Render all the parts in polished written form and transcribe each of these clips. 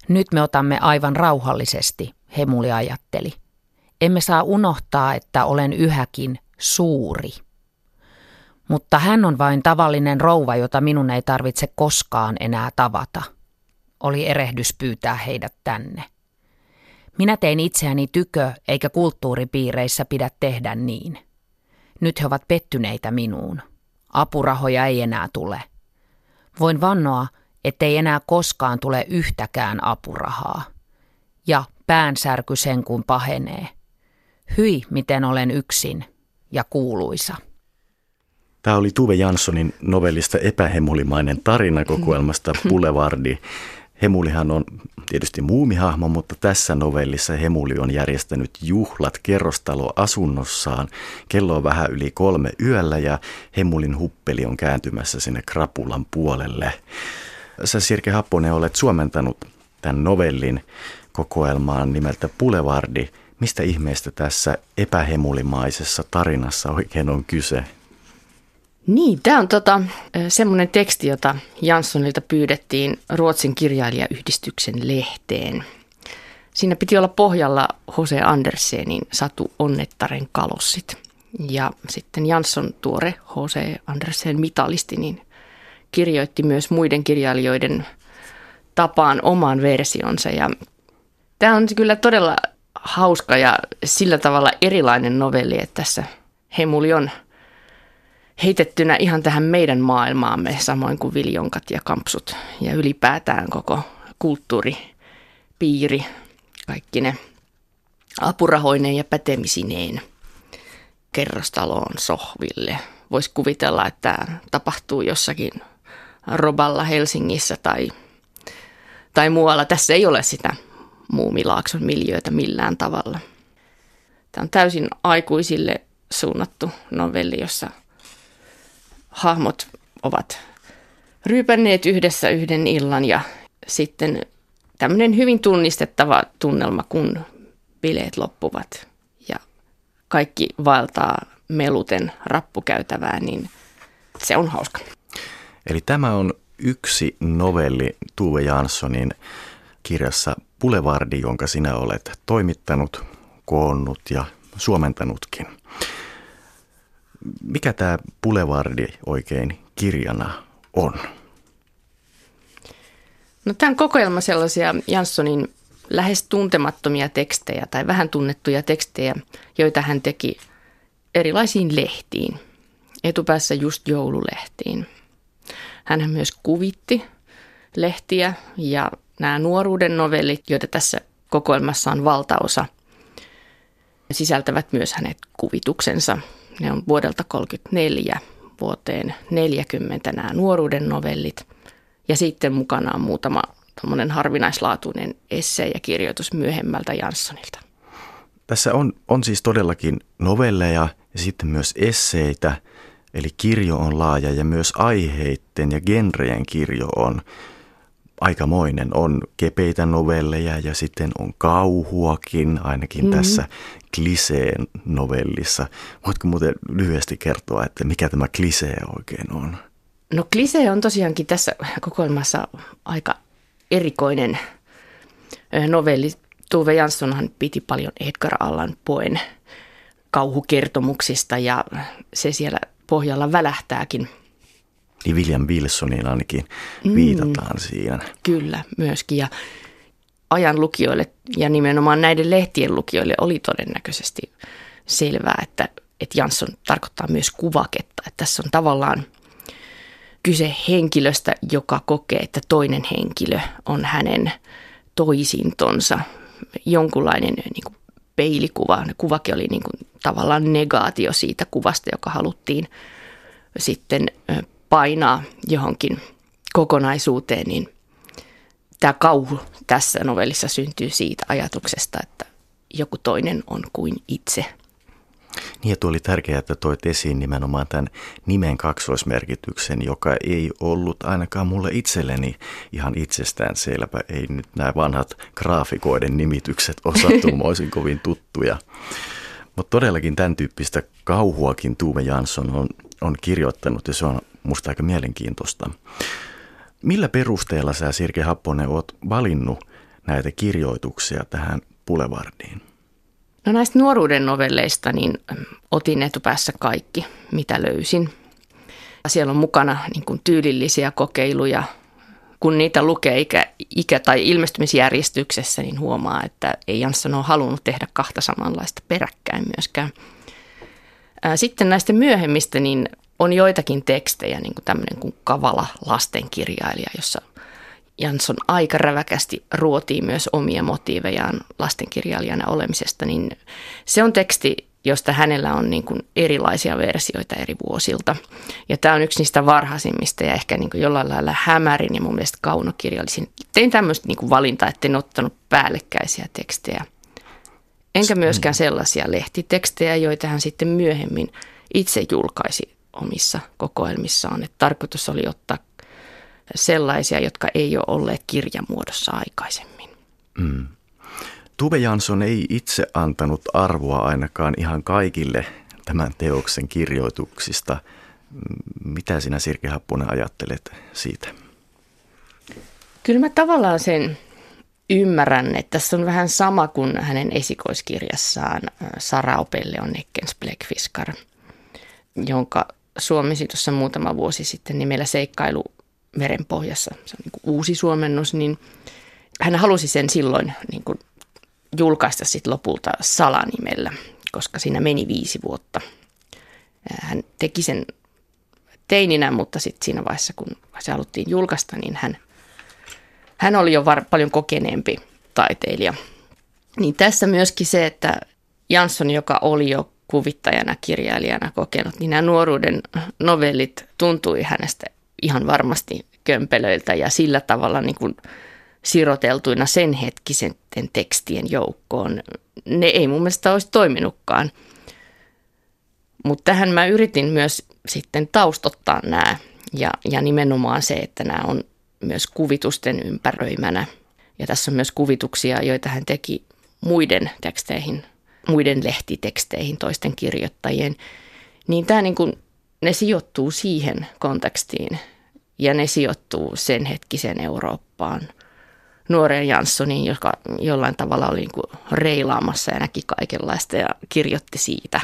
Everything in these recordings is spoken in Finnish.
Nyt me otamme aivan rauhallisesti, Hemuli ajatteli. Emme saa unohtaa, että olen yhäkin suuri. Mutta hän on vain tavallinen rouva, jota minun ei tarvitse koskaan enää tavata. Oli erehdys pyytää heidät tänne. Minä tein itseäni tykö, eikä kulttuuripiireissä pidä tehdä niin. Nyt he ovat pettyneitä minuun. Apurahoja ei enää tule. Voin vannoa, ettei enää koskaan tule yhtäkään apurahaa. Ja päänsärky sen kun pahenee. Hyi, miten olen yksin ja kuuluisa. Tämä oli Tove Janssonin novellista epähemulimainen tarina kokoelmasta Bulevardi. Hemulihan on tietysti muumihahmo, mutta tässä novellissa Hemuli on järjestänyt juhlat kerrostaloasunnossaan. Kello on vähän yli 3 yöllä ja Hemulin huppeli on kääntymässä sinne krapulan puolelle. Sä, Sirke Happonen, olet suomentanut tämän novellin kokoelmaan nimeltä Bulevardi. Mistä ihmeestä tässä epähemulimaisessa tarinassa oikein on kyse? Niin, tämä on semmoinen teksti, jota Janssonilta pyydettiin Ruotsin kirjailijayhdistyksen lehteen. Siinä piti olla pohjalla H.C. Andersenin Satu Onnettaren kalossit. Ja sitten Jansson, tuore H.C. Andersen mitalisti, niin kirjoitti myös muiden kirjailijoiden tapaan oman versionsa. Ja tämä on kyllä todella hauska ja sillä tavalla erilainen novelli, että tässä Hemuli on heitettynä ihan tähän meidän maailmaamme, samoin kuin viljonkat ja kampsut ja ylipäätään koko kulttuuripiiri, kaikki ne apurahoineen ja pätemisineen kerrostaloon sohville. Voisi kuvitella, että tämä tapahtuu jossakin Roballa Helsingissä tai muualla. Tässä ei ole sitä Muumilaakson miljöötä millään tavalla. Tämä on täysin aikuisille suunnattu novelli, jossa hahmot ovat ryypänneet yhdessä yhden illan ja sitten tämmöinen hyvin tunnistettava tunnelma, kun bileet loppuvat ja kaikki vaeltaa meluten rappukäytävää, niin se on hauska. Eli tämä on yksi novelli Tove Janssonin kirjassa Bulevardi, jonka sinä olet toimittanut, koonnut ja suomentanutkin. Mikä tämä Bulevardi oikein kirjana on? No, tämä on kokoelma sellaisia Janssonin lähes tuntemattomia tekstejä tai vähän tunnettuja tekstejä, joita hän teki erilaisiin lehtiin, etupäässä just joululehtiin. Hän myös kuvitti lehtiä ja nämä nuoruuden novellit, joita tässä kokoelmassa on valtaosa, sisältävät myös hänet kuvituksensa. Ne on vuodelta 1934 vuoteen 1940 nämä nuoruuden novellit ja sitten mukana on muutama tommoinen harvinaislaatuinen essee ja kirjoitus myöhemmältä Janssonilta. Tässä on siis todellakin novelleja ja sitten myös esseitä, eli kirjo on laaja ja myös aiheiden ja genreen kirjo on aikamoinen. On kepeitä novelleja ja sitten on kauhuakin, ainakin tässä kliseen novellissa. Voitko muuten lyhyesti kertoa, että mikä tämä klisee oikein on? No, klisee on tosiaankin tässä kokoelmassa aika erikoinen novelli. Tove Janssonhan piti paljon Edgar Allan Poen kauhukertomuksista ja se siellä pohjalla välähtääkin. Niin William Wilsoniin ainakin viitataan siinä. Kyllä, myöskin. Ja ajan lukijoille ja nimenomaan näiden lehtien lukijoille oli todennäköisesti selvää, että Jansson tarkoittaa myös kuvaketta. Että tässä on tavallaan kyse henkilöstä, joka kokee, että toinen henkilö on hänen toisintonsa. Jonkunlainen niin kuin peilikuva. Kuvake oli niin kuin tavallaan negaatio siitä kuvasta, joka haluttiin sitten painaa johonkin kokonaisuuteen, niin tämä kauhu tässä novellissa syntyy siitä ajatuksesta, että joku toinen on kuin itse. Niin, ja tuo oli tärkeää, että toit esiin nimenomaan tämän nimen kaksoismerkityksen, joka ei ollut ainakaan mulle itselleni ihan itsestään selvä. Ei nyt nämä vanhat graafikoiden nimitykset osattumoisin kovin tuttuja. Mutta todellakin tämän tyyppistä kauhuakin Tove Jansson on kirjoittanut ja se on musta aika mielenkiintoista. Millä perusteella sä, Sirke Happonen, oot valinnut näitä kirjoituksia tähän Boulevardiin? No näistä nuoruuden novelleista niin otin etupäässä kaikki, mitä löysin. Siellä on mukana niin kuin tyylillisiä kokeiluja. Kun niitä lukee ikä- tai ilmestymisjärjestyksessä, niin huomaa, että ei Jansson ole halunnut tehdä kahta samanlaista peräkkäin myöskään. Sitten näistä myöhemmistä niin on joitakin tekstejä, niin kuin tämmöinen kuin Kavala lastenkirjailija, jossa Jansson aika räväkästi ruotii myös omia motiivejaan lastenkirjailijana olemisesta. Niin se on teksti, josta hänellä on niin kuin erilaisia versioita eri vuosilta. Ja tämä on yksi niistä varhaisimmista ja ehkä niin kuin jollain lailla hämärin ja mun mielestä kaunokirjallisin. Tein tämmöistä niin kuin valintaa, etten ottanut päällekkäisiä tekstejä. Enkä myöskään sellaisia lehtitekstejä, joita hän sitten myöhemmin itse julkaisi omissa kokoelmissaan. Että tarkoitus oli ottaa sellaisia, jotka ei ole olleet kirjamuodossa aikaisemmin. Mm. Tove Jansson ei itse antanut arvoa ainakaan ihan kaikille tämän teoksen kirjoituksista. Mitä sinä, Sirkki Happonen, ajattelet siitä? Kyllä mä tavallaan sen ymmärrän, että tässä on vähän sama kuin hänen esikoiskirjassaan Saraopelle on Näckens Bläckfiskar, jonka suomensi tuossa muutama vuosi sitten nimellä Seikkailu merenpohjassa. Se on niin kuin uusi suomennos, niin hän halusi sen silloin niin kuin julkaista sitten lopulta salanimellä, koska siinä meni 5 vuotta. Hän teki sen teininä, mutta sitten siinä vaiheessa, kun se haluttiin julkaista, niin hän oli jo paljon kokeneempi taiteilija. Niin tässä myöskin se, että Jansson, joka oli jo kuvittajana, kirjailijana kokenut, niin nämä nuoruuden novellit tuntui hänestä ihan varmasti kömpelöiltä ja sillä tavalla niin kuin siroteltuina sen hetkisen tekstien joukkoon. Ne ei mun mielestä olisi toiminutkaan. Mutta tähän mä yritin myös sitten taustottaa nämä ja nimenomaan se, että nämä on myös kuvitusten ympäröimänä. Ja tässä on myös kuvituksia, joita hän teki muiden teksteihin, muiden lehtiteksteihin, toisten kirjoittajien. Niin tämä niin kuin, ne sijoittuu siihen kontekstiin ja ne sijoittuu sen hetkisen Eurooppaan. Nuoren Janssonin, joka jollain tavalla oli niin kuin reilaamassa ja näki kaikenlaista ja kirjoitti siitä.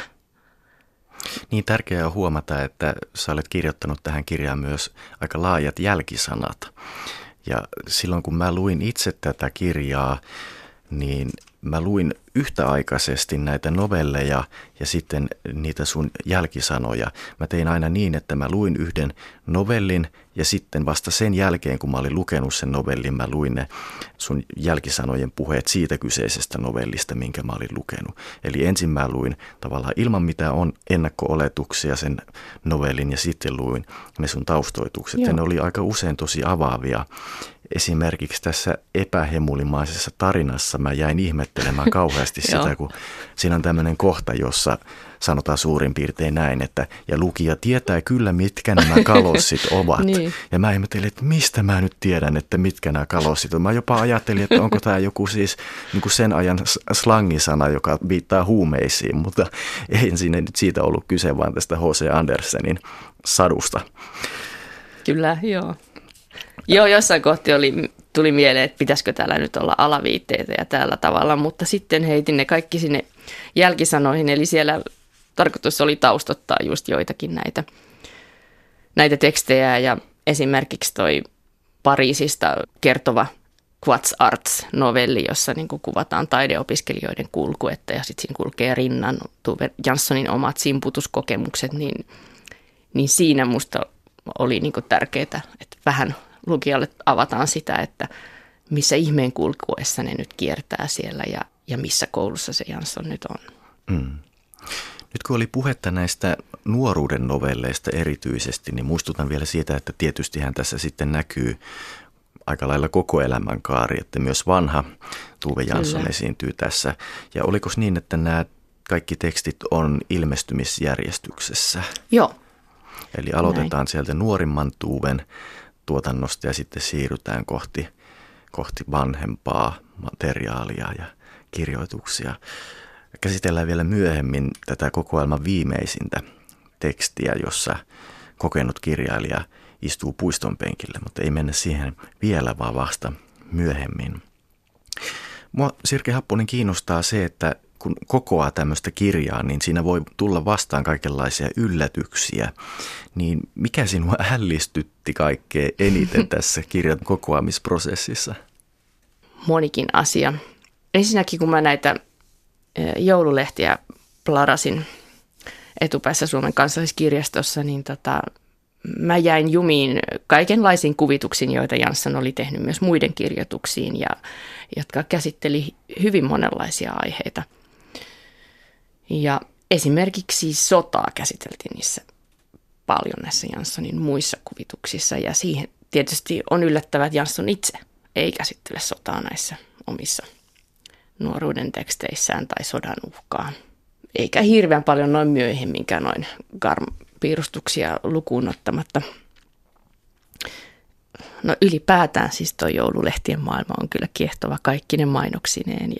Niin tärkeää on huomata, että sä olet kirjoittanut tähän kirjaan myös aika laajat jälkisanat. Ja silloin kun mä luin itse tätä kirjaa, niin mä luin yhtäaikaisesti näitä novelleja ja sitten niitä sun jälkisanoja. Mä tein aina niin, että mä luin yhden novellin ja sitten vasta sen jälkeen, kun mä olin lukenut sen novellin, mä luin ne sun jälkisanojen puheet siitä kyseisestä novellista, minkä mä olin lukenut. Eli ensin mä luin tavallaan ilman mitä on ennakko-oletuksia sen novellin ja sitten luin ne sun taustoitukset. Ja ne oli aika usein tosi avaavia. Esimerkiksi tässä epähemulimaisessa tarinassa mä jäin ihmettelemään kauheasti sitä, kun siinä on tämmöinen kohta, jossa sanotaan suurin piirtein näin, että ja lukija tietää kyllä, mitkä nämä kalossit ovat. Niin. Ja mä ihmettelin, että mistä mä nyt tiedän, että mitkä nämä kalossit on. Mä jopa ajattelin, että onko tämä joku siis niin kuin sen ajan slangisana, joka viittaa huumeisiin, mutta ei siinä nyt siitä ollut kyse, vaan tästä H.C. Andersenin sadusta. Kyllä, joo. Joo, jossain kohti tuli mieleen, että pitäisikö täällä nyt olla alaviitteitä ja tällä tavalla, mutta sitten heitin ne kaikki sinne jälkisanoihin, eli siellä tarkoitus oli taustottaa just joitakin näitä tekstejä ja esimerkiksi toi Pariisista kertova Quats Arts-novelli, jossa niin kuin kuvataan taideopiskelijoiden kulkuetta ja sitten siinä kulkee rinnan Tove Janssonin omat simputuskokemukset, niin siinä musta oli niin kuin tärkeää, että vähän lukijalle avataan sitä, että missä ihmeen kulkuessa ne nyt kiertää siellä ja missä koulussa se Jansson nyt on. Mm. Nyt kun oli puhetta näistä nuoruuden novelleista erityisesti, niin muistutan vielä siitä, että tietystihän tässä sitten näkyy aika lailla koko elämän kaari, että myös vanha Tove Jansson esiintyy tässä. Ja oliko niin, että nämä kaikki tekstit on ilmestymisjärjestyksessä? Joo. Eli aloitetaan sieltä nuorimman Toven tuotannosta ja sitten siirrytään kohti vanhempaa materiaalia ja kirjoituksia. Käsitellään vielä myöhemmin tätä kokoelman viimeisintä tekstiä, jossa kokenut kirjailija istuu puiston penkille, mutta ei mennä siihen vielä, vaan vasta myöhemmin. Mua, Sirke Happonen, kiinnostaa se, että kun kokoaa tämmöistä kirjaa, niin siinä voi tulla vastaan kaikenlaisia yllätyksiä. Niin mikä sinua ällistytti kaikkein eniten tässä kirjan kokoamisprosessissa? Monikin asia. Ensinnäkin kun mä näitä joululehtiä plarasin etupäässä Suomen kansalliskirjastossa, niin mä jäin jumiin kaikenlaisiin kuvituksiin, joita Jansson oli tehnyt myös muiden kirjoituksiin, ja jotka käsitteli hyvin monenlaisia aiheita. Ja esimerkiksi sotaa käsiteltiin niissä paljon näissä Janssonin muissa kuvituksissa, ja siihen tietysti on yllättävää, että Jansson itse ei käsittele sotaa näissä omissa nuoruuden teksteissään tai sodan uhkaa. Eikä hirveän paljon noin myöhemminkään noin piirustuksia lukuun ottamatta. No ylipäätään siis tuo joululehtien maailma on kyllä kiehtova kaikkine mainoksineen.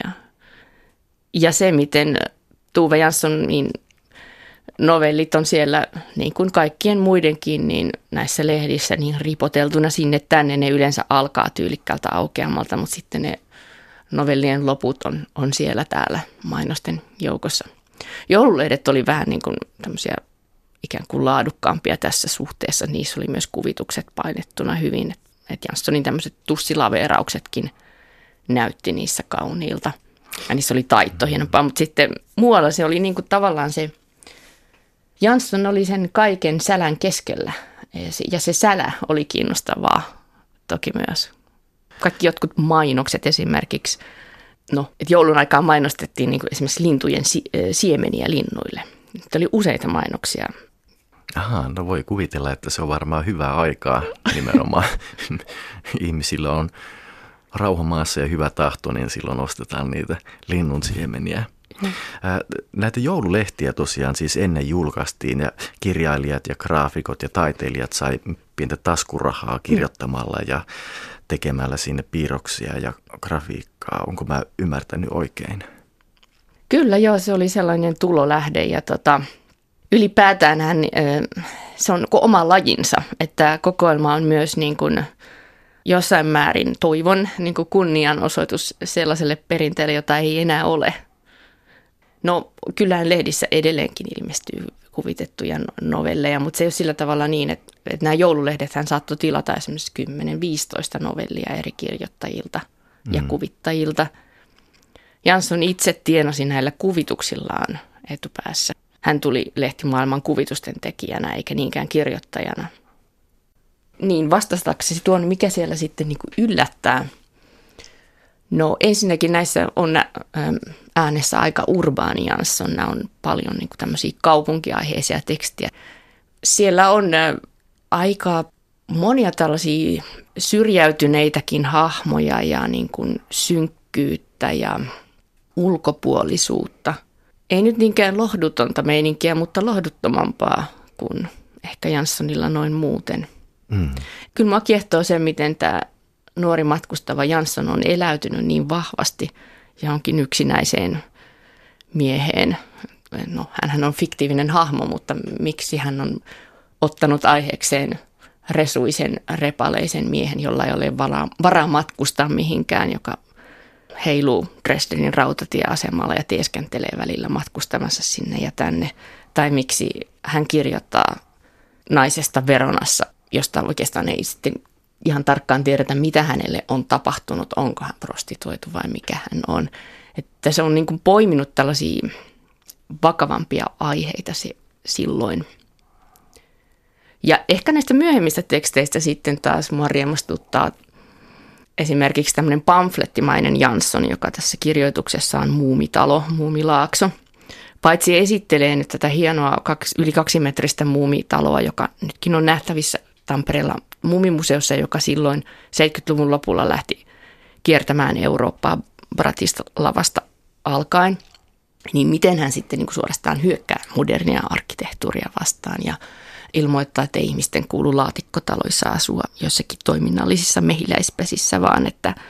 Ja se, miten Tove Janssonin novellit on siellä, niin kuin kaikkien muidenkin, niin näissä lehdissä niin ripoteltuna sinne tänne. Ne yleensä alkaa tyylikkäältä aukeamalta, mutta sitten ne novellien loput on siellä täällä mainosten joukossa. Joululehdet oli vähän niin kuin tämmöisiä ikään kuin laadukkaampia tässä suhteessa. Niissä oli myös kuvitukset painettuna hyvin. Että Janssonin tämmöiset tussilaveerauksetkin näytti niissä kauniilta. Ja niissä oli taitto hienompaa, mutta sitten muualla se oli niin kuin tavallaan se, Jansson oli sen kaiken sälän keskellä. Ja se sälä oli kiinnostavaa toki myös. Kaikki jotkut mainokset esimerkiksi, että joulun aikaan mainostettiin niin kuin esimerkiksi lintujen siemeniä linnuille. Niitä oli useita mainoksia. Ahaa, no voi kuvitella, että se on varmaan hyvää aikaa nimenomaan. Ihmisillä on rauha maassa ja hyvä tahto, niin silloin ostetaan niitä linnun siemeniä. Näitä joululehtiä tosiaan siis ennen julkaistiin ja kirjailijat ja graafikot ja taiteilijat sai pientä taskurahaa kirjoittamalla ja tekemällä sinne piirroksia ja grafiikkaa. Onko mä ymmärtänyt oikein? Kyllä joo, se oli sellainen tulolähde ja ylipäätään se on oma lajinsa, että kokoelma on myös niin kuin jossain määrin toivon niin kuin kunnianosoitus sellaiselle perinteelle, jota ei enää ole. No kyllähän lehdissä edelleenkin ilmestyy kuvitettuja novelleja, mutta se ei ole sillä tavalla niin, että nämä joululehdethän saattoi tilata esimerkiksi 10-15 novellia eri kirjoittajilta ja kuvittajilta. Jansson itse tienasi näillä kuvituksillaan etupäässä. Hän tuli lehtimaailman kuvitusten tekijänä eikä niinkään kirjoittajana. Niin vastataksesi tuon, mikä siellä sitten niin kuin yllättää. No ensinnäkin näissä on äänessä aika urbaani Jansson. Nämä on paljon niin kuin tämmöisiä kaupunkiaiheisia tekstiä. Siellä on aika monia tällaisia syrjäytyneitäkin hahmoja ja niin kuin synkkyyttä ja ulkopuolisuutta. Ei nyt niinkään lohdutonta meininkiä, mutta lohduttomampaa kuin ehkä Janssonilla noin muuten. Kyllä mua kiehtoo se, miten tämä nuori matkustava Jansson on eläytynyt niin vahvasti johonkin yksinäiseen mieheen. No, hänhän on fiktiivinen hahmo, mutta miksi hän on ottanut aiheekseen resuisen, repaleisen miehen, jolla ei ole varaa matkustaa mihinkään, joka heiluu Dresdenin rautatieasemalla ja teeskentelee välillä matkustamassa sinne ja tänne. Tai miksi hän kirjoittaa naisesta Veronassa, josta oikeastaan ei sitten ihan tarkkaan tiedetä, mitä hänelle on tapahtunut, onko hän prostituoitu vai mikä hän on. Että se on niin kuin poiminut tällaisia vakavampia aiheita silloin. Ja ehkä näistä myöhemmistä teksteistä sitten taas mua riemastuttaa esimerkiksi tämmöinen pamflettimainen Jansson, joka tässä kirjoituksessa on Muumitalo, Muumilaakso. Paitsi esittelee nyt tätä hienoa yli 2-metristä muumitaloa, joka nytkin on nähtävissä Tampereella Muumimuseossa, joka silloin 70-luvun lopulla lähti kiertämään Eurooppaa Bratislavasta alkaen, niin miten hän sitten niin kuin suorastaan hyökkää modernia arkkitehtuuria vastaan ja ilmoittaa, että ihmisten kuuluu laatikkotaloissa asua jossakin toiminnallisissa mehiläispesissä, vaan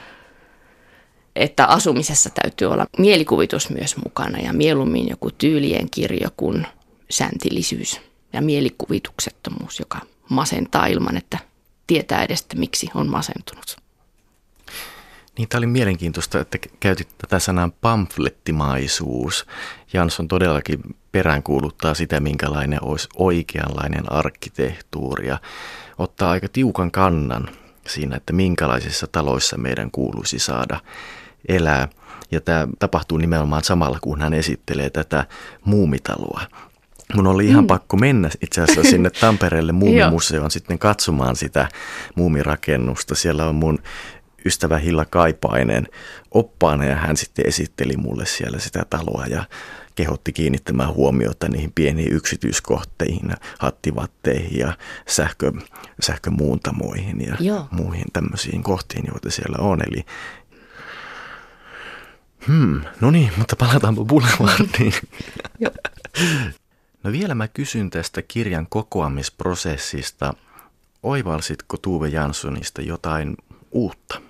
että asumisessa täytyy olla mielikuvitus myös mukana ja mieluummin joku tyylien kirjo kuin säntillisyys ja mielikuvituksettomuus, joka masentaa ilman, että tietää edes, miksi on masentunut. Niin, tämä oli mielenkiintoista, että käytit tätä sanaa pamflettimaisuus. Jansson todellakin peräänkuuluttaa sitä, minkälainen olisi oikeanlainen arkkitehtuuri ja ottaa aika tiukan kannan siinä, että minkälaisissa taloissa meidän kuuluisi saada elää. Ja tämä tapahtuu nimenomaan samalla, kun hän esittelee tätä muumitaloa. Mun oli ihan pakko mennä itse asiassa sinne Tampereelle muumimuseoon sitten katsomaan sitä muumirakennusta. Siellä on mun ystävä Hilla Kaipainen oppaana ja hän sitten esitteli mulle siellä sitä taloa ja kehotti kiinnittämään huomiota niihin pieniin yksityiskohteihin, hattivatteihin ja sähkömuuntamoihin ja muihin tämmöisiin kohtiin, joita siellä on. Eli no niin, mutta palataanpa Boulevardiin. No vielä mä kysyn tästä kirjan kokoamisprosessista. Oivalsitko Tove Janssonista jotain uutta?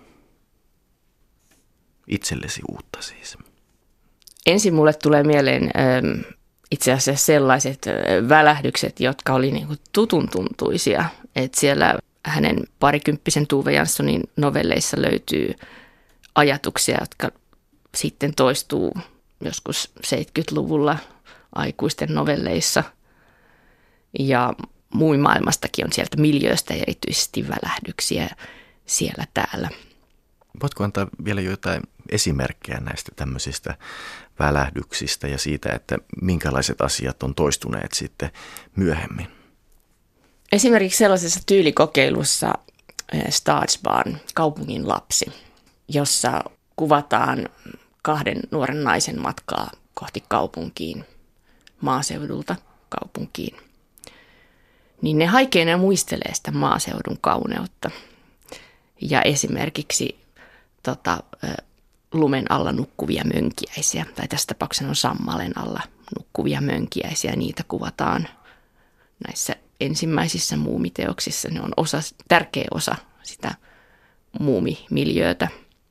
Itsellesi uutta siis. Ensin mulle tulee mieleen itse asiassa sellaiset välähdykset, jotka oli niin kuin tutun tuntuisia. Että siellä hänen parikymppisen Tove Janssonin novelleissa löytyy ajatuksia, jotka sitten toistuu joskus 70-luvulla aikuisten novelleissa. Ja muumimaailmastakin on sieltä miljöistä erityisesti välähdyksiä siellä täällä. Voitko antaa vielä jotain esimerkkejä näistä tämmöisistä välähdyksistä ja siitä, että minkälaiset asiat on toistuneet sitten myöhemmin? Esimerkiksi sellaisessa tyylikokeilussa Stadsbarn, kaupungin lapsi, jossa kuvataan kahden nuoren naisen matkaa kohti kaupunkiin, maaseudulta kaupunkiin. Niin ne haikeina muistelee sitä maaseudun kauneutta. Ja esimerkiksi lumen alla nukkuvia mönkiäisiä, tai tässä tapauksessa on sammalen alla nukkuvia mönkiäisiä, niitä kuvataan näissä ensimmäisissä muumiteoksissa. Ne on tärkeä osa sitä muumimiljöötä.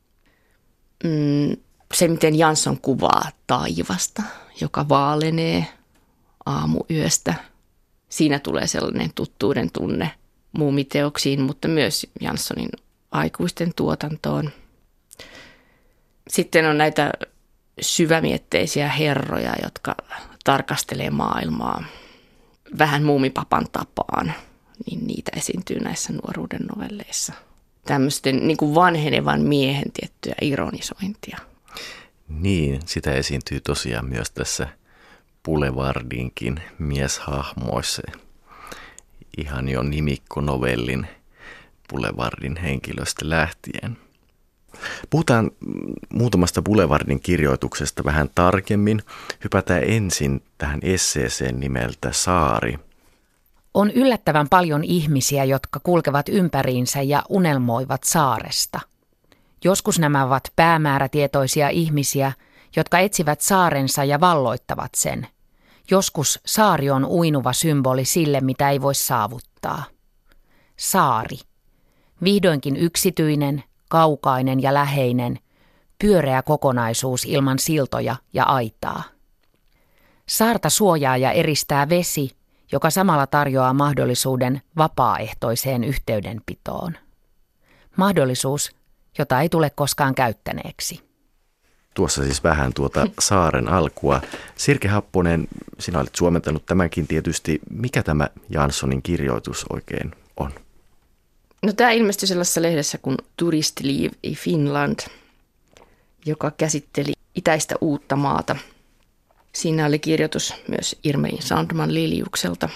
Se, miten Jansson kuvaa taivasta, joka vaalenee aamuyöstä. Siinä tulee sellainen tuttuuden tunne muumiteoksiin, mutta myös Janssonin aikuisten tuotantoon. Sitten on näitä syvämietteisiä herroja, jotka tarkastelee maailmaa vähän muumipapan tapaan, niin niitä esiintyy näissä nuoruuden novelleissa. Tämmöisten niin kuin vanhenevan miehen tiettyä ironisointia. Niin, sitä esiintyy tosiaan myös tässä Boulevardinkin mieshahmoissa. Ihan jo nimikkonovellin Boulevardin henkilöstä lähtien. Puhutaan muutamasta Boulevardin kirjoituksesta vähän tarkemmin. Hypätään ensin tähän esseeseen nimeltä Saari. On yllättävän paljon ihmisiä, jotka kulkevat ympäriinsä ja unelmoivat saaresta. Joskus nämä ovat päämäärätietoisia ihmisiä, jotka etsivät saarensa ja valloittavat sen. Joskus saari on uinuva symboli sille, mitä ei voi saavuttaa. Saari. Vihdoinkin yksityinen, kaukainen ja läheinen, pyöreä kokonaisuus ilman siltoja ja aitaa. Saarta suojaa ja eristää vesi, joka samalla tarjoaa mahdollisuuden vapaaehtoiseen yhteydenpitoon. Mahdollisuus, jota ei tule koskaan käyttäneeksi. Tuossa siis vähän tuota saaren alkua. Sirke Happonen, sinä olet suomentanut tämänkin tietysti. Mikä tämä Janssonin kirjoitus oikein on? No, tämä ilmestyi sellaisessa lehdessä kuin Turistliv i Finland, joka käsitteli itäistä uutta maata. Siinä oli kirjoitus myös Irmelin Sandman Liljukselta.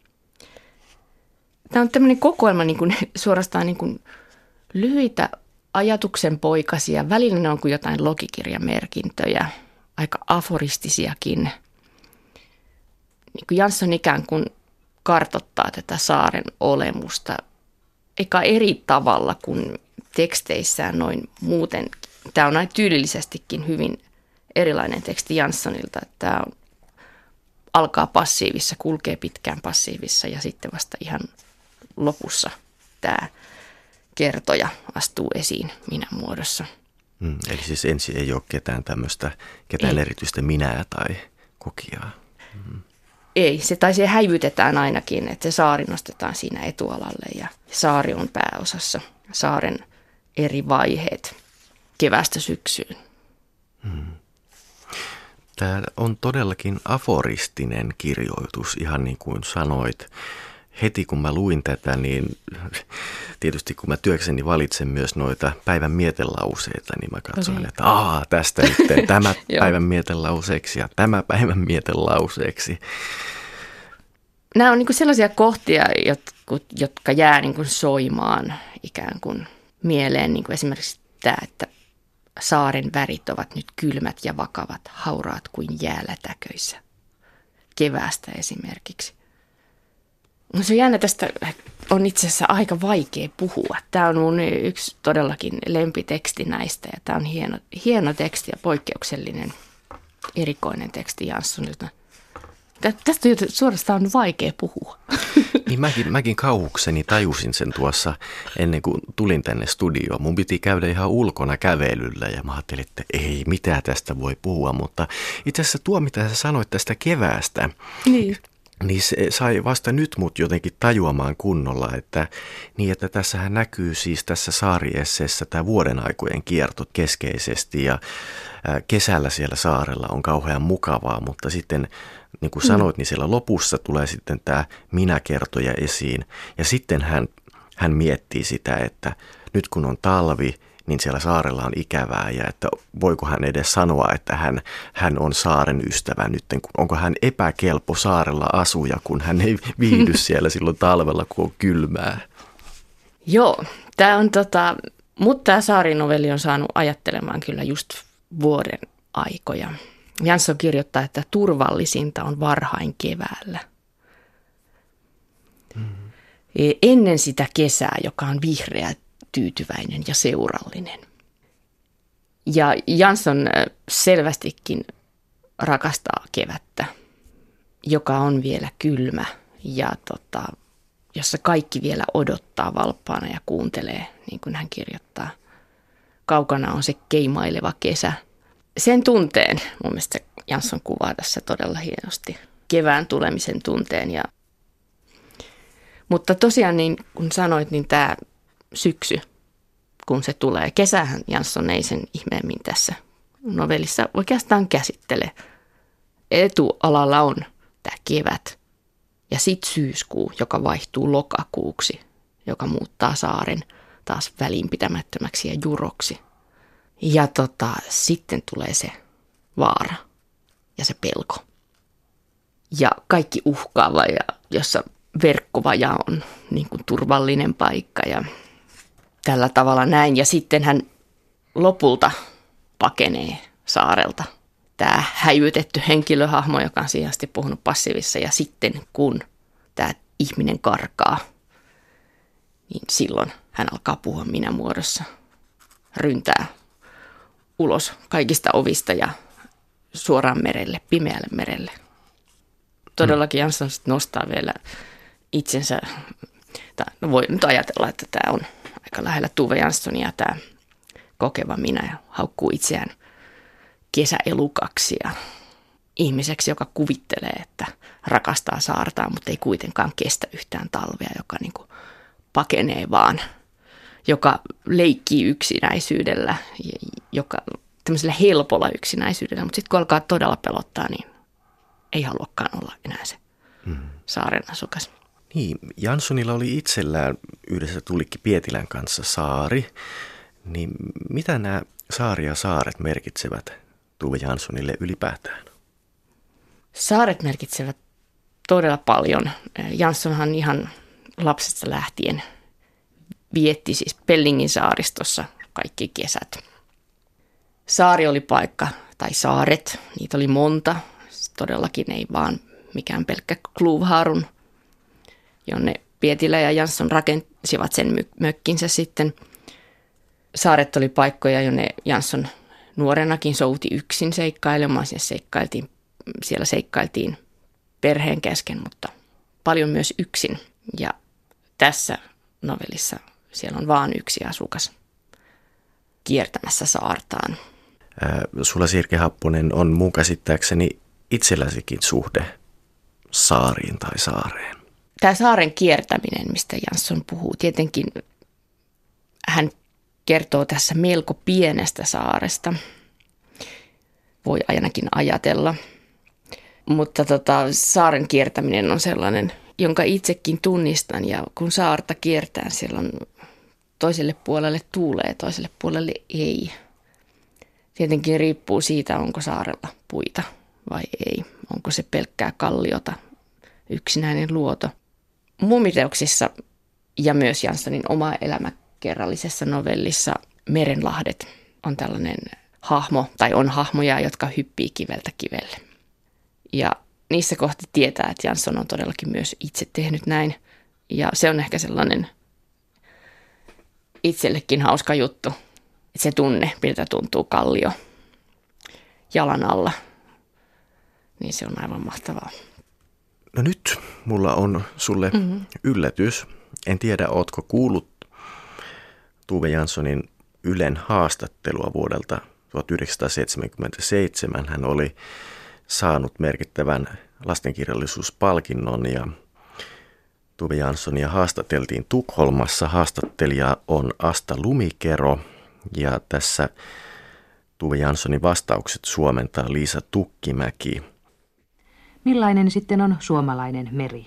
Tämä on tämmöinen kokoelma suorastaan lyhyitä ajatuksenpoikasia. Välillä ne on kuin jotain logikirjamerkintöjä, aika aforistisiakin. Jansson ikään kuin kartoittaa tätä saaren olemusta eikä eri tavalla kuin teksteissään noin muuten. Tämä on näin tyylillisestikin hyvin erilainen teksti Janssonilta. Tämä alkaa passiivissa, kulkee pitkään passiivissa ja sitten vasta ihan lopussa tämä kertoja astuu esiin minä-muodossa. Eli siis ensin ei ole ketään erityistä minää tai kokijaa. Ei, se häivytetään ainakin, että se saari nostetaan siinä etualalle ja saari on pääosassa, saaren eri vaiheet. keväästä syksyyn. Tämä on todellakin aforistinen kirjoitus, ihan niin kuin sanoit. Heti kun mä luin tätä, niin tietysti kun mä työkseni valitsen myös noita päivän mietelauseita, niin mä katsoin, että tästä nyt tämä päivän mietelauseeksi ja tämä päivän mietelauseeksi. Nämä on niin kuin sellaisia kohtia, jotka jää niin kuin soimaan ikään kuin mieleen, niin kuin esimerkiksi tämä, että saaren värit ovat nyt kylmät ja vakavat, hauraat kuin jäälätäköissä. Keväästä esimerkiksi. No se jännä, tästä on itse asiassa aika vaikea puhua. Tämä on mun yksi todellakin lempiteksti näistä ja tämä on hieno teksti ja poikkeuksellinen erikoinen teksti Janssonilta. Tästä suorastaan on vaikea puhua. Niin mäkin kauhukseni tajusin sen tuossa ennen kuin tulin tänne studioon. Mun piti käydä ihan ulkona kävelyllä ja mä ajattelin, että ei mitään tästä voi puhua. Mutta itse asiassa tuo, mitä sä sanoit tästä keväästä, niin se sai vasta nyt mut jotenkin tajuamaan kunnolla, että tässähän näkyy siis tässä saariesseessä tämä vuoden aikojen kierto keskeisesti ja kesällä siellä saarella on kauhean mukavaa, mutta sitten niin kuin sanoit, niin siellä lopussa tulee sitten tämä minäkertoja esiin ja sitten hän miettii sitä, että nyt kun on talvi, niin siellä saarella on ikävää ja että voiko hän edes sanoa, että hän on saaren ystävä nyt, onko hän epäkelpo saarella asuja, kun hän ei viihdy siellä silloin talvella, kun on kylmää. Joo, tämä on mutta tämä saarinovelli on saanut ajattelemaan kyllä just vuoden aikoja. Jansson kirjoittaa, että turvallisinta on varhain keväällä. Ennen sitä kesää, joka on vihreä, tyytyväinen ja seurallinen. Ja Jansson selvästikin rakastaa kevättä, joka on vielä kylmä ja jossa kaikki vielä odottaa valppaana ja kuuntelee, niin kuin hän kirjoittaa. Kaukana on se keimaileva kesä. Sen tunteen mun mielestä Jansson kuvaa tässä todella hienosti. Kevään tulemisen tunteen. Mutta tosiaan niin kun sanoit, niin tämä syksy, kun se tulee. Kesähän Jansson ei sen ihmeemmin tässä novellissa oikeastaan käsittele. Etualalla on tämä kevät ja sitten syyskuu, joka vaihtuu lokakuuksi, joka muuttaa saaren taas välinpitämättömäksi ja juroksi. Ja sitten tulee se vaara ja se pelko. Ja kaikki uhkaava ja jossa verkkovaja on niin kuin turvallinen paikka ja tällä tavalla näin. Ja sitten hän lopulta pakenee saarelta. Tämä häivytetty henkilöhahmo, joka on siihen asti puhunut passiivissa. Ja sitten kun tämä ihminen karkaa, niin silloin hän alkaa puhua minä-muodossa. Ryntää ulos kaikista ovista ja suoraan merelle, pimeälle merelle. Todellakin Jansson nostaa vielä itsensä, voi nyt ajatella, että tämä on aika lähellä Tove Janssonia tämä kokeva minä ja haukkuu itseään kesäelukaksi ja ihmiseksi, joka kuvittelee, että rakastaa saartaan, mutta ei kuitenkaan kestä yhtään talvea, joka niin kuin pakenee vaan, joka leikkii yksinäisyydellä, joka tämmöisellä helpolla yksinäisyydellä, mutta sitten kun alkaa todella pelottaa, niin ei haluakaan olla enää se saaren asukas. Niin, Janssonilla oli itsellään yhdessä Tulikki Pietilän kanssa saari. Niin mitä nämä saari ja saaret merkitsevät Tove Janssonille ylipäätään? Saaret merkitsevät todella paljon. Janssonhan ihan lapsesta lähtien vietti siis Pellingin saaristossa kaikki kesät. Saari oli paikka, tai saaret, niitä oli monta. Todellakin ei vaan mikään pelkkä Kluvharun, jonne Pietilä ja Jansson rakensivat sen mökkinsä sitten. Saaret oli paikkoja, jonne Jansson nuorenakin souti yksin seikkailemaan. Siellä seikkailtiin perheen kesken, mutta paljon myös yksin. Ja tässä novellissa siellä on vaan yksi asukas kiertämässä saartaan. Sulla, Sirke Happonen, on mun käsittääkseni itselläsikin suhde saariin tai saareen. Tämä saaren kiertäminen, mistä Jansson puhuu, tietenkin hän kertoo tässä melko pienestä saaresta. Voi ainakin ajatella. Mutta saaren kiertäminen on sellainen, jonka itsekin tunnistan. Ja kun saarta kiertään, siellä on toiselle puolelle tuulee, toiselle puolelle ei. Tietenkin riippuu siitä, onko saarella puita vai ei. Onko se pelkkää kalliota, yksinäinen luoto. Muumiteoksissa ja myös Janssonin oma elämäkerrallisessa novellissa Merenlahdet on tällainen hahmo, tai on hahmoja, jotka hyppii kiveltä kivelle. Ja niissä kohti tietää, että Jansson on todellakin myös itse tehnyt näin. Ja se on ehkä sellainen itsellekin hauska juttu, että se tunne, miltä tuntuu kallio jalan alla, niin se on aivan mahtavaa. No nyt mulla on sulle yllätys. En tiedä, ootko kuullut Tove Janssonin Ylen haastattelua vuodelta 1977. Hän oli saanut merkittävän lastenkirjallisuuspalkinnon ja Tove Janssonia haastateltiin Tukholmassa. Haastattelija on Asta Lumikero ja tässä Tove Janssonin vastaukset suomentaa Liisa Tukkimäki. Millainen sitten on suomalainen meri?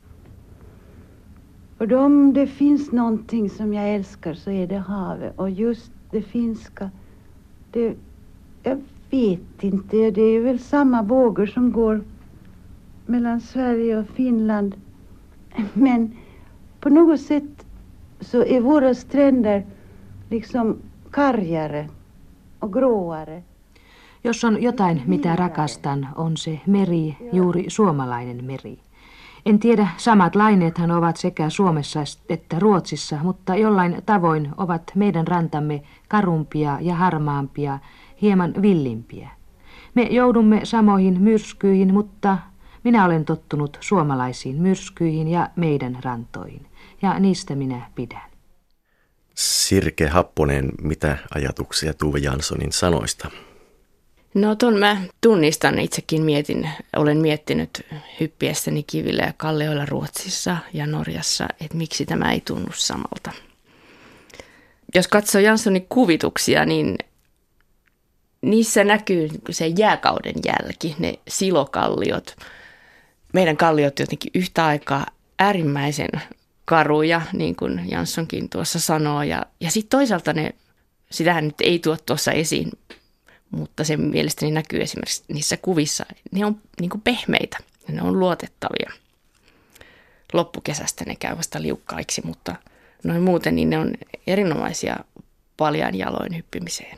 Och om det finns någonting som jag älskar så är det havet. Och just det finska, jag vet inte, det är väl samma vågor som går mellan Sverige och Finland. Men på något sätt så är våra stränder liksom kargare och gråare. Jos on jotain, mitä rakastan, on se meri, juuri suomalainen meri. En tiedä, samat laineethan ovat sekä Suomessa että Ruotsissa, mutta jollain tavoin ovat meidän rantamme karumpia ja harmaampia, hieman villimpiä. Me joudumme samoihin myrskyihin, mutta minä olen tottunut suomalaisiin myrskyihin ja meidän rantoihin, ja niistä minä pidän. Sirke Happonen, mitä ajatuksia Tove Janssonin sanoista? No ton mä tunnistan, itsekin olen miettinyt hyppiessäni kivillä ja kallioilla Ruotsissa ja Norjassa, että miksi tämä ei tunnu samalta. Jos katsoo Janssonin kuvituksia, niin niissä näkyy se jääkauden jälki, ne silokalliot. Meidän kalliot jotenkin yhtä aikaa äärimmäisen karuja, niin kuin Janssonkin tuossa sanoo. Ja sitten toisaalta sitähän nyt ei tuo tuossa esiin, mutta se mielestäni näkyy esimerkiksi niissä kuvissa. Ne on niin kuin pehmeitä ja ne on luotettavia. Loppukesästä ne käy vasta liukkaiksi, mutta noin muuten niin ne on erinomaisia paljain jaloin hyppimiseen.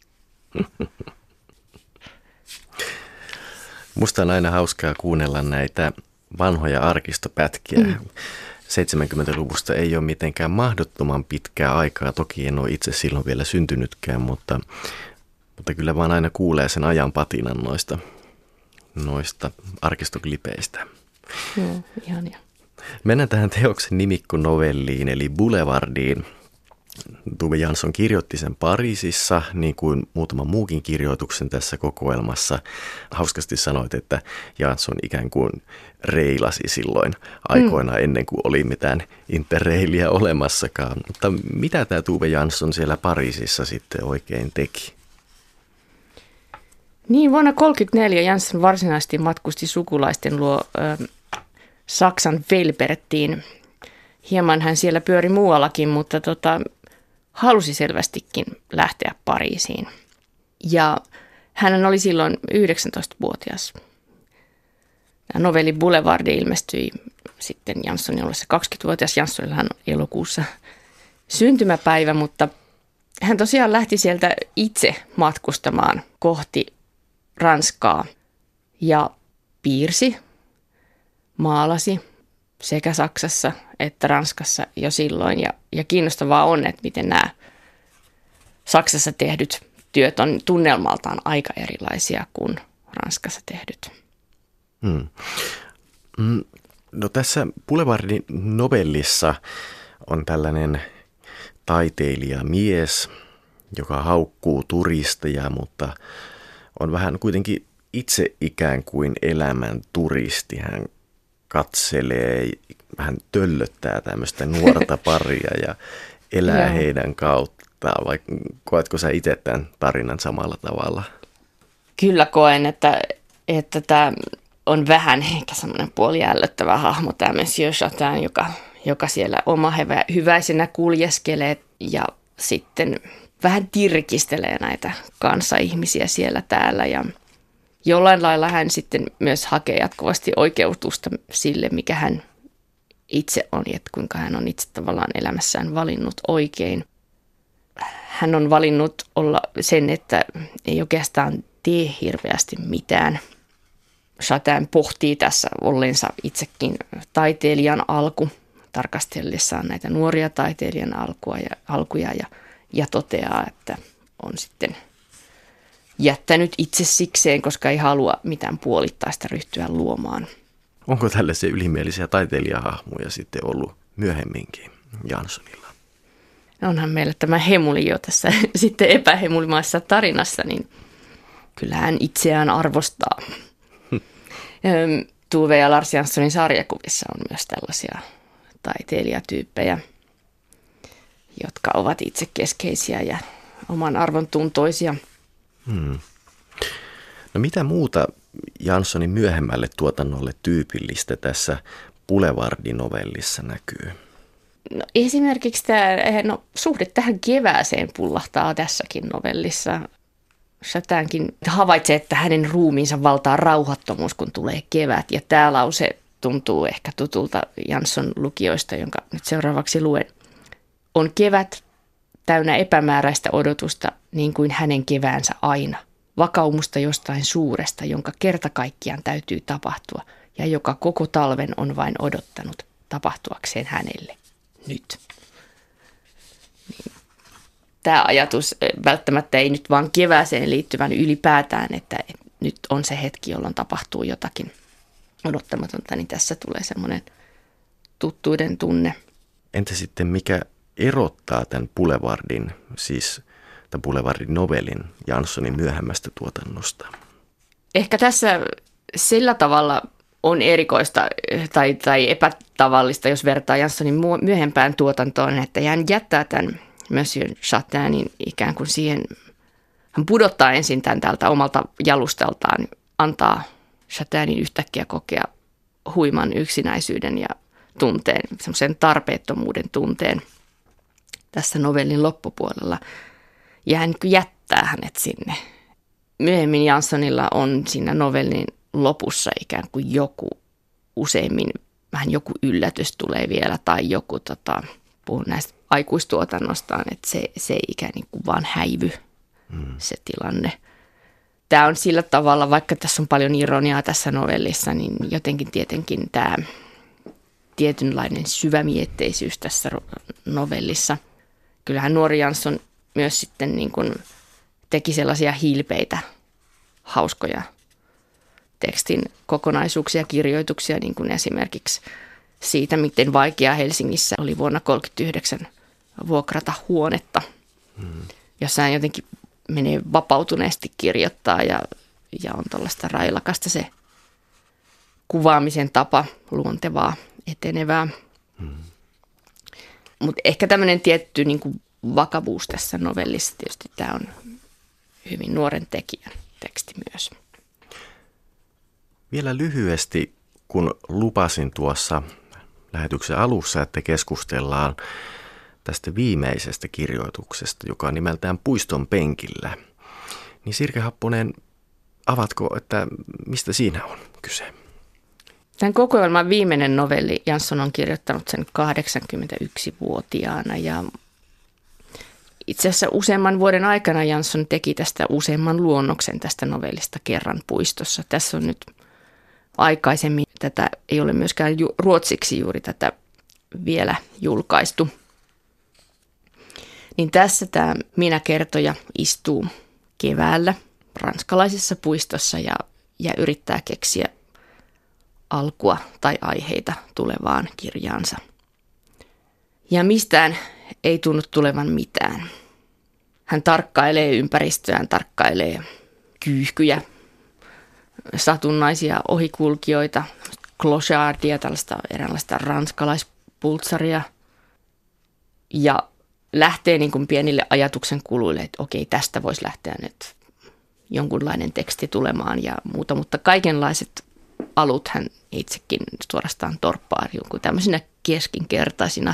Musta on aina hauskaa kuunnella näitä vanhoja arkistopätkiä. 70-luvusta ei ole mitenkään mahdottoman pitkää aikaa. Toki en ole itse silloin vielä syntynytkään, mutta kyllä vaan aina kuulee sen ajan patinan noista arkistoklipeistä. Joo, ihania. Mennään tähän teoksen nimikkonovelliin eli Boulevardiin. Tove Jansson kirjoitti sen Pariisissa, niin kuin muutama muukin kirjoituksen tässä kokoelmassa. Hauskasti sanoit, että Jansson ikään kuin reilasi silloin aikoina ennen kuin oli mitään interreilia olemassakaan. Mutta mitä tämä Tove Jansson siellä Pariisissa sitten oikein teki? Niin, vuonna 1934 Jansson varsinaisesti matkusti sukulaisten luo Saksan Velbertiin. Hieman hän siellä pyöri muuallakin, mutta halusi selvästikin lähteä Pariisiin. Ja hän oli silloin 19-vuotias. Tämä novelli Boulevardi ilmestyi sitten Janssonin ollessa 20-vuotias. Janssonilla on elokuussa syntymäpäivä, mutta hän tosiaan lähti sieltä itse matkustamaan kohti Ranskaa ja piirsi, maalasi sekä Saksassa että Ranskassa jo silloin. Ja kiinnostavaa on, että miten nämä Saksassa tehdyt työt on tunnelmaltaan aika erilaisia kuin Ranskassa tehdyt. No tässä Boulevardin novellissa on tällainen taiteilijamies, joka haukkuu turisteja, mutta on vähän kuitenkin itse ikään kuin elämän turisti. Hän katselee, hän töllöttää tämmöistä nuorta paria ja elää heidän kirjoittaa, vai koetko sä itse tämän tarinan samalla tavalla? Kyllä koen, että tämä on vähän ehkä semmoinen puoliällöttävä hahmo, tämä Monsieur Chatain, joka siellä oma hyväisenä kuljeskelee ja sitten vähän tirkistelee näitä kanssaihmisiä siellä täällä. Ja jollain lailla hän sitten myös hakee jatkuvasti oikeutusta sille, mikä hän itse on, että kuinka hän on itse tavallaan elämässään valinnut oikein. Hän on valinnut olla sen, että ei oikeastaan tee hirveästi mitään. Chatain pohtii tässä ollensa itsekin taiteilijan alku, tarkastellessaan näitä nuoria taiteilijan alkuja ja toteaa, että on sitten jättänyt itse sikseen, koska ei halua mitään puolittaista ryhtyä luomaan. Onko tällaisia ylimielisiä taiteilijahahmoja sitten ollut myöhemminkin Janssonilla? Onhan meillä tämä Hemuli jo tässä sitten epähemulimaisessa tarinassa, niin kyllä hän itseään arvostaa. Tove ja Lars Janssonin sarjakuvissa on myös tällaisia taiteilijatyyppejä, jotka ovat itsekeskeisiä ja oman arvon tuntoisia. No mitä muuta Janssonin myöhemmälle tuotannolle tyypillistä tässä Boulevardin-novellissa näkyy? No esimerkiksi tämä suhde tähän kevääseen pullahtaa tässäkin novellissa. Chatainkin havaitsee, että hänen ruumiinsa valtaa rauhattomuus, kun tulee kevät. Ja tämä lause tuntuu ehkä tutulta Jansson lukijoista, jonka nyt seuraavaksi luen. On kevät täynnä epämääräistä odotusta, niin kuin hänen keväänsä aina. Vakaumusta jostain suuresta, jonka kerta kaikkiaan täytyy tapahtua ja joka koko talven on vain odottanut tapahtuakseen hänelle nyt. Niin. Tämä ajatus välttämättä ei nyt vaan kevääseen liittyvän ylipäätään, että nyt on se hetki, jolloin tapahtuu jotakin odottamatonta, niin tässä tulee semmoinen tuttuuden tunne. Entä sitten mikä erottaa tämän Boulevardin, siis tämän Boulevardin novellin Janssonin myöhemmästä tuotannosta? Ehkä tässä sillä tavalla on erikoista tai epätavallista, jos vertaa Janssonin myöhempään tuotantoon, että hän jättää tämän Monsieur Chatainin ikään kuin siihen, hän pudottaa ensin tämän tältä omalta jalustaltaan, antaa Chatainin yhtäkkiä kokea huiman yksinäisyyden ja tunteen, semmoisen tarpeettomuuden tunteen tässä novellin loppupuolella. Ja hän jättää hänet sinne. Myöhemmin Janssonilla on siinä novellin lopussa ikään kuin useimmin vähän joku yllätys tulee vielä tai joku, puhun näistä aikuistuotannostaan, että se ei ikään kuin vaan häivy se tilanne. Tämä on sillä tavalla, vaikka tässä on paljon ironiaa tässä novellissa, niin jotenkin tietenkin tämä tietynlainen syvämietteisyys tässä novellissa. Kyllähän nuori Jansson myös sitten niin kuin teki sellaisia hilpeitä, hauskoja tekstin kokonaisuuksia, kirjoituksia, niin kuin esimerkiksi siitä, miten vaikeaa Helsingissä oli vuonna 1939 vuokrata huonetta, jossa hän jotenkin menee vapautuneesti kirjoittaa ja on tällaista railakasta se kuvaamisen tapa, luontevaa, etenevää. Mutta ehkä tämmöinen tietty niin kuin vakavuus tässä novellissa, tietysti tämä on hyvin nuoren tekijän teksti myös. Vielä lyhyesti, kun lupasin tuossa lähetyksen alussa, että keskustellaan tästä viimeisestä kirjoituksesta, joka on nimeltään Puiston penkillä, niin Sirkka Happonen, avatko, että mistä siinä on kyse? Tämän kokoelman viimeinen novelli Jansson on kirjoittanut sen 81-vuotiaana ja itse asiassa useamman vuoden aikana Jansson teki tästä useamman luonnoksen tästä novellista kerran puistossa. Tässä on nyt aikaisemmin, tätä ei ole myöskään ruotsiksi juuri tätä vielä julkaistu. Niin tässä tämä Minä-kertoja istuu keväällä ranskalaisessa puistossa ja yrittää keksiä alkua tai aiheita tulevaan kirjaansa. Ja mistään ei tunnu tulevan mitään. Hän tarkkailee ympäristöään, tarkkailee kyyhkyjä, satunnaisia ohikulkijoita, clochardia, tällaista eräänlaista ranskalaispultsaria. Ja lähtee niin kuin pienille ajatuksen kuluille, että okei, tästä voisi lähteä nyt jonkunlainen teksti tulemaan ja muuta, mutta kaikenlaiset alut hän itsekin suorastaan torppaa jonkun tämmöisinä keskinkertaisina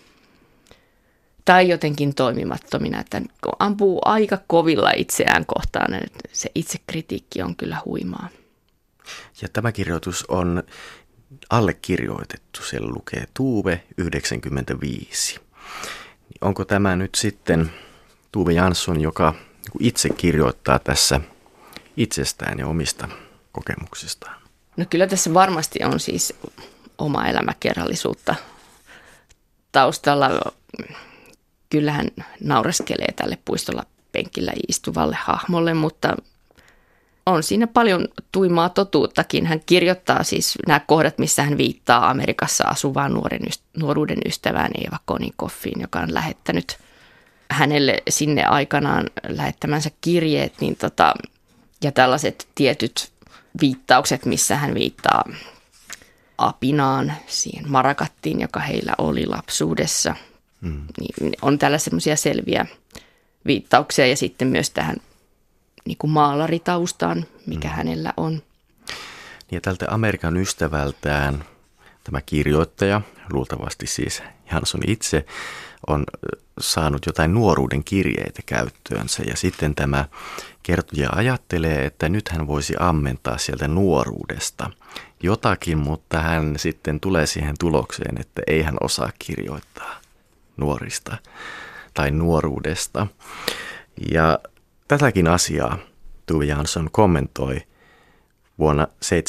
tai jotenkin toimimattomina, että ampuu aika kovilla itseään kohtaan, että se itsekritiikki on kyllä huimaa. Ja tämä kirjoitus on allekirjoitettu, siellä lukee Tuve 95. Onko tämä nyt sitten Tuve Jansson, joka itse kirjoittaa tässä itsestään ja omista kokemuksistaan? No kyllä tässä varmasti on siis oma elämäkerrallisuutta taustalla. Kyllähän naureskelee tälle puistolla penkillä istuvalle hahmolle, mutta on siinä paljon tuimaa totuuttakin. Hän kirjoittaa siis nämä kohdat, missä hän viittaa Amerikassa asuvaan nuoruuden ystävään Eva Konikoffiin, joka on lähettänyt hänelle sinne aikanaan lähettämänsä kirjeet, niin ja tällaiset tietyt viittaukset, missä hän viittaa apinaan, siihen marakattiin, joka heillä oli lapsuudessa. Niin on tällaisia semmoisia selviä viittauksia ja sitten myös tähän niin kuin maalaritaustaan, mikä hänellä on. Ja tältä Amerikan ystävältään tämä kirjoittaja, luultavasti siis Jansson itse, on saanut jotain nuoruuden kirjeitä käyttöönsä. Ja sitten tämä kertoja ajattelee, että nyt hän voisi ammentaa sieltä nuoruudesta jotakin, mutta hän sitten tulee siihen tulokseen, että ei hän osaa kirjoittaa nuorista tai nuoruudesta. Ja tätäkin asiaa Tuve Jansson kommentoi vuonna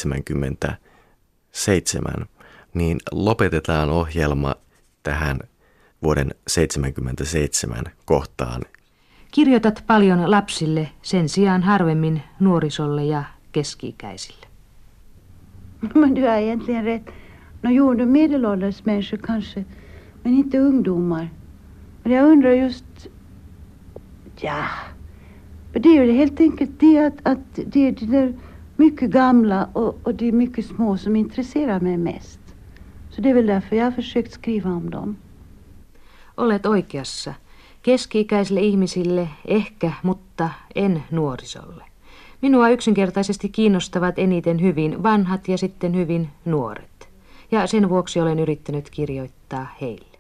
1977, niin lopetetaan ohjelma tähän vuoden 1977 kohtaan. Kirjoitat paljon lapsille, sen sijaan harvemmin nuorisolle ja keski-ikäisille. Men du har egentligen rätt. No jo, de medelålders människor kanske, men inte ungdomar. Men jag undrar just, ja, för det är ju helt enkelt det att det är de där mycket gamla och det är mycket små som intresserar mig mest. Så det är väl därför jag har försökt skriva om dem. Olet oikeassa. Keski-ikäisille ihmisille ehkä, mutta en nuorisolle. Minua yksinkertaisesti kiinnostavat eniten hyvin vanhat ja sitten hyvin nuoret. Ja sen vuoksi olen yrittänyt kirjoittaa heille.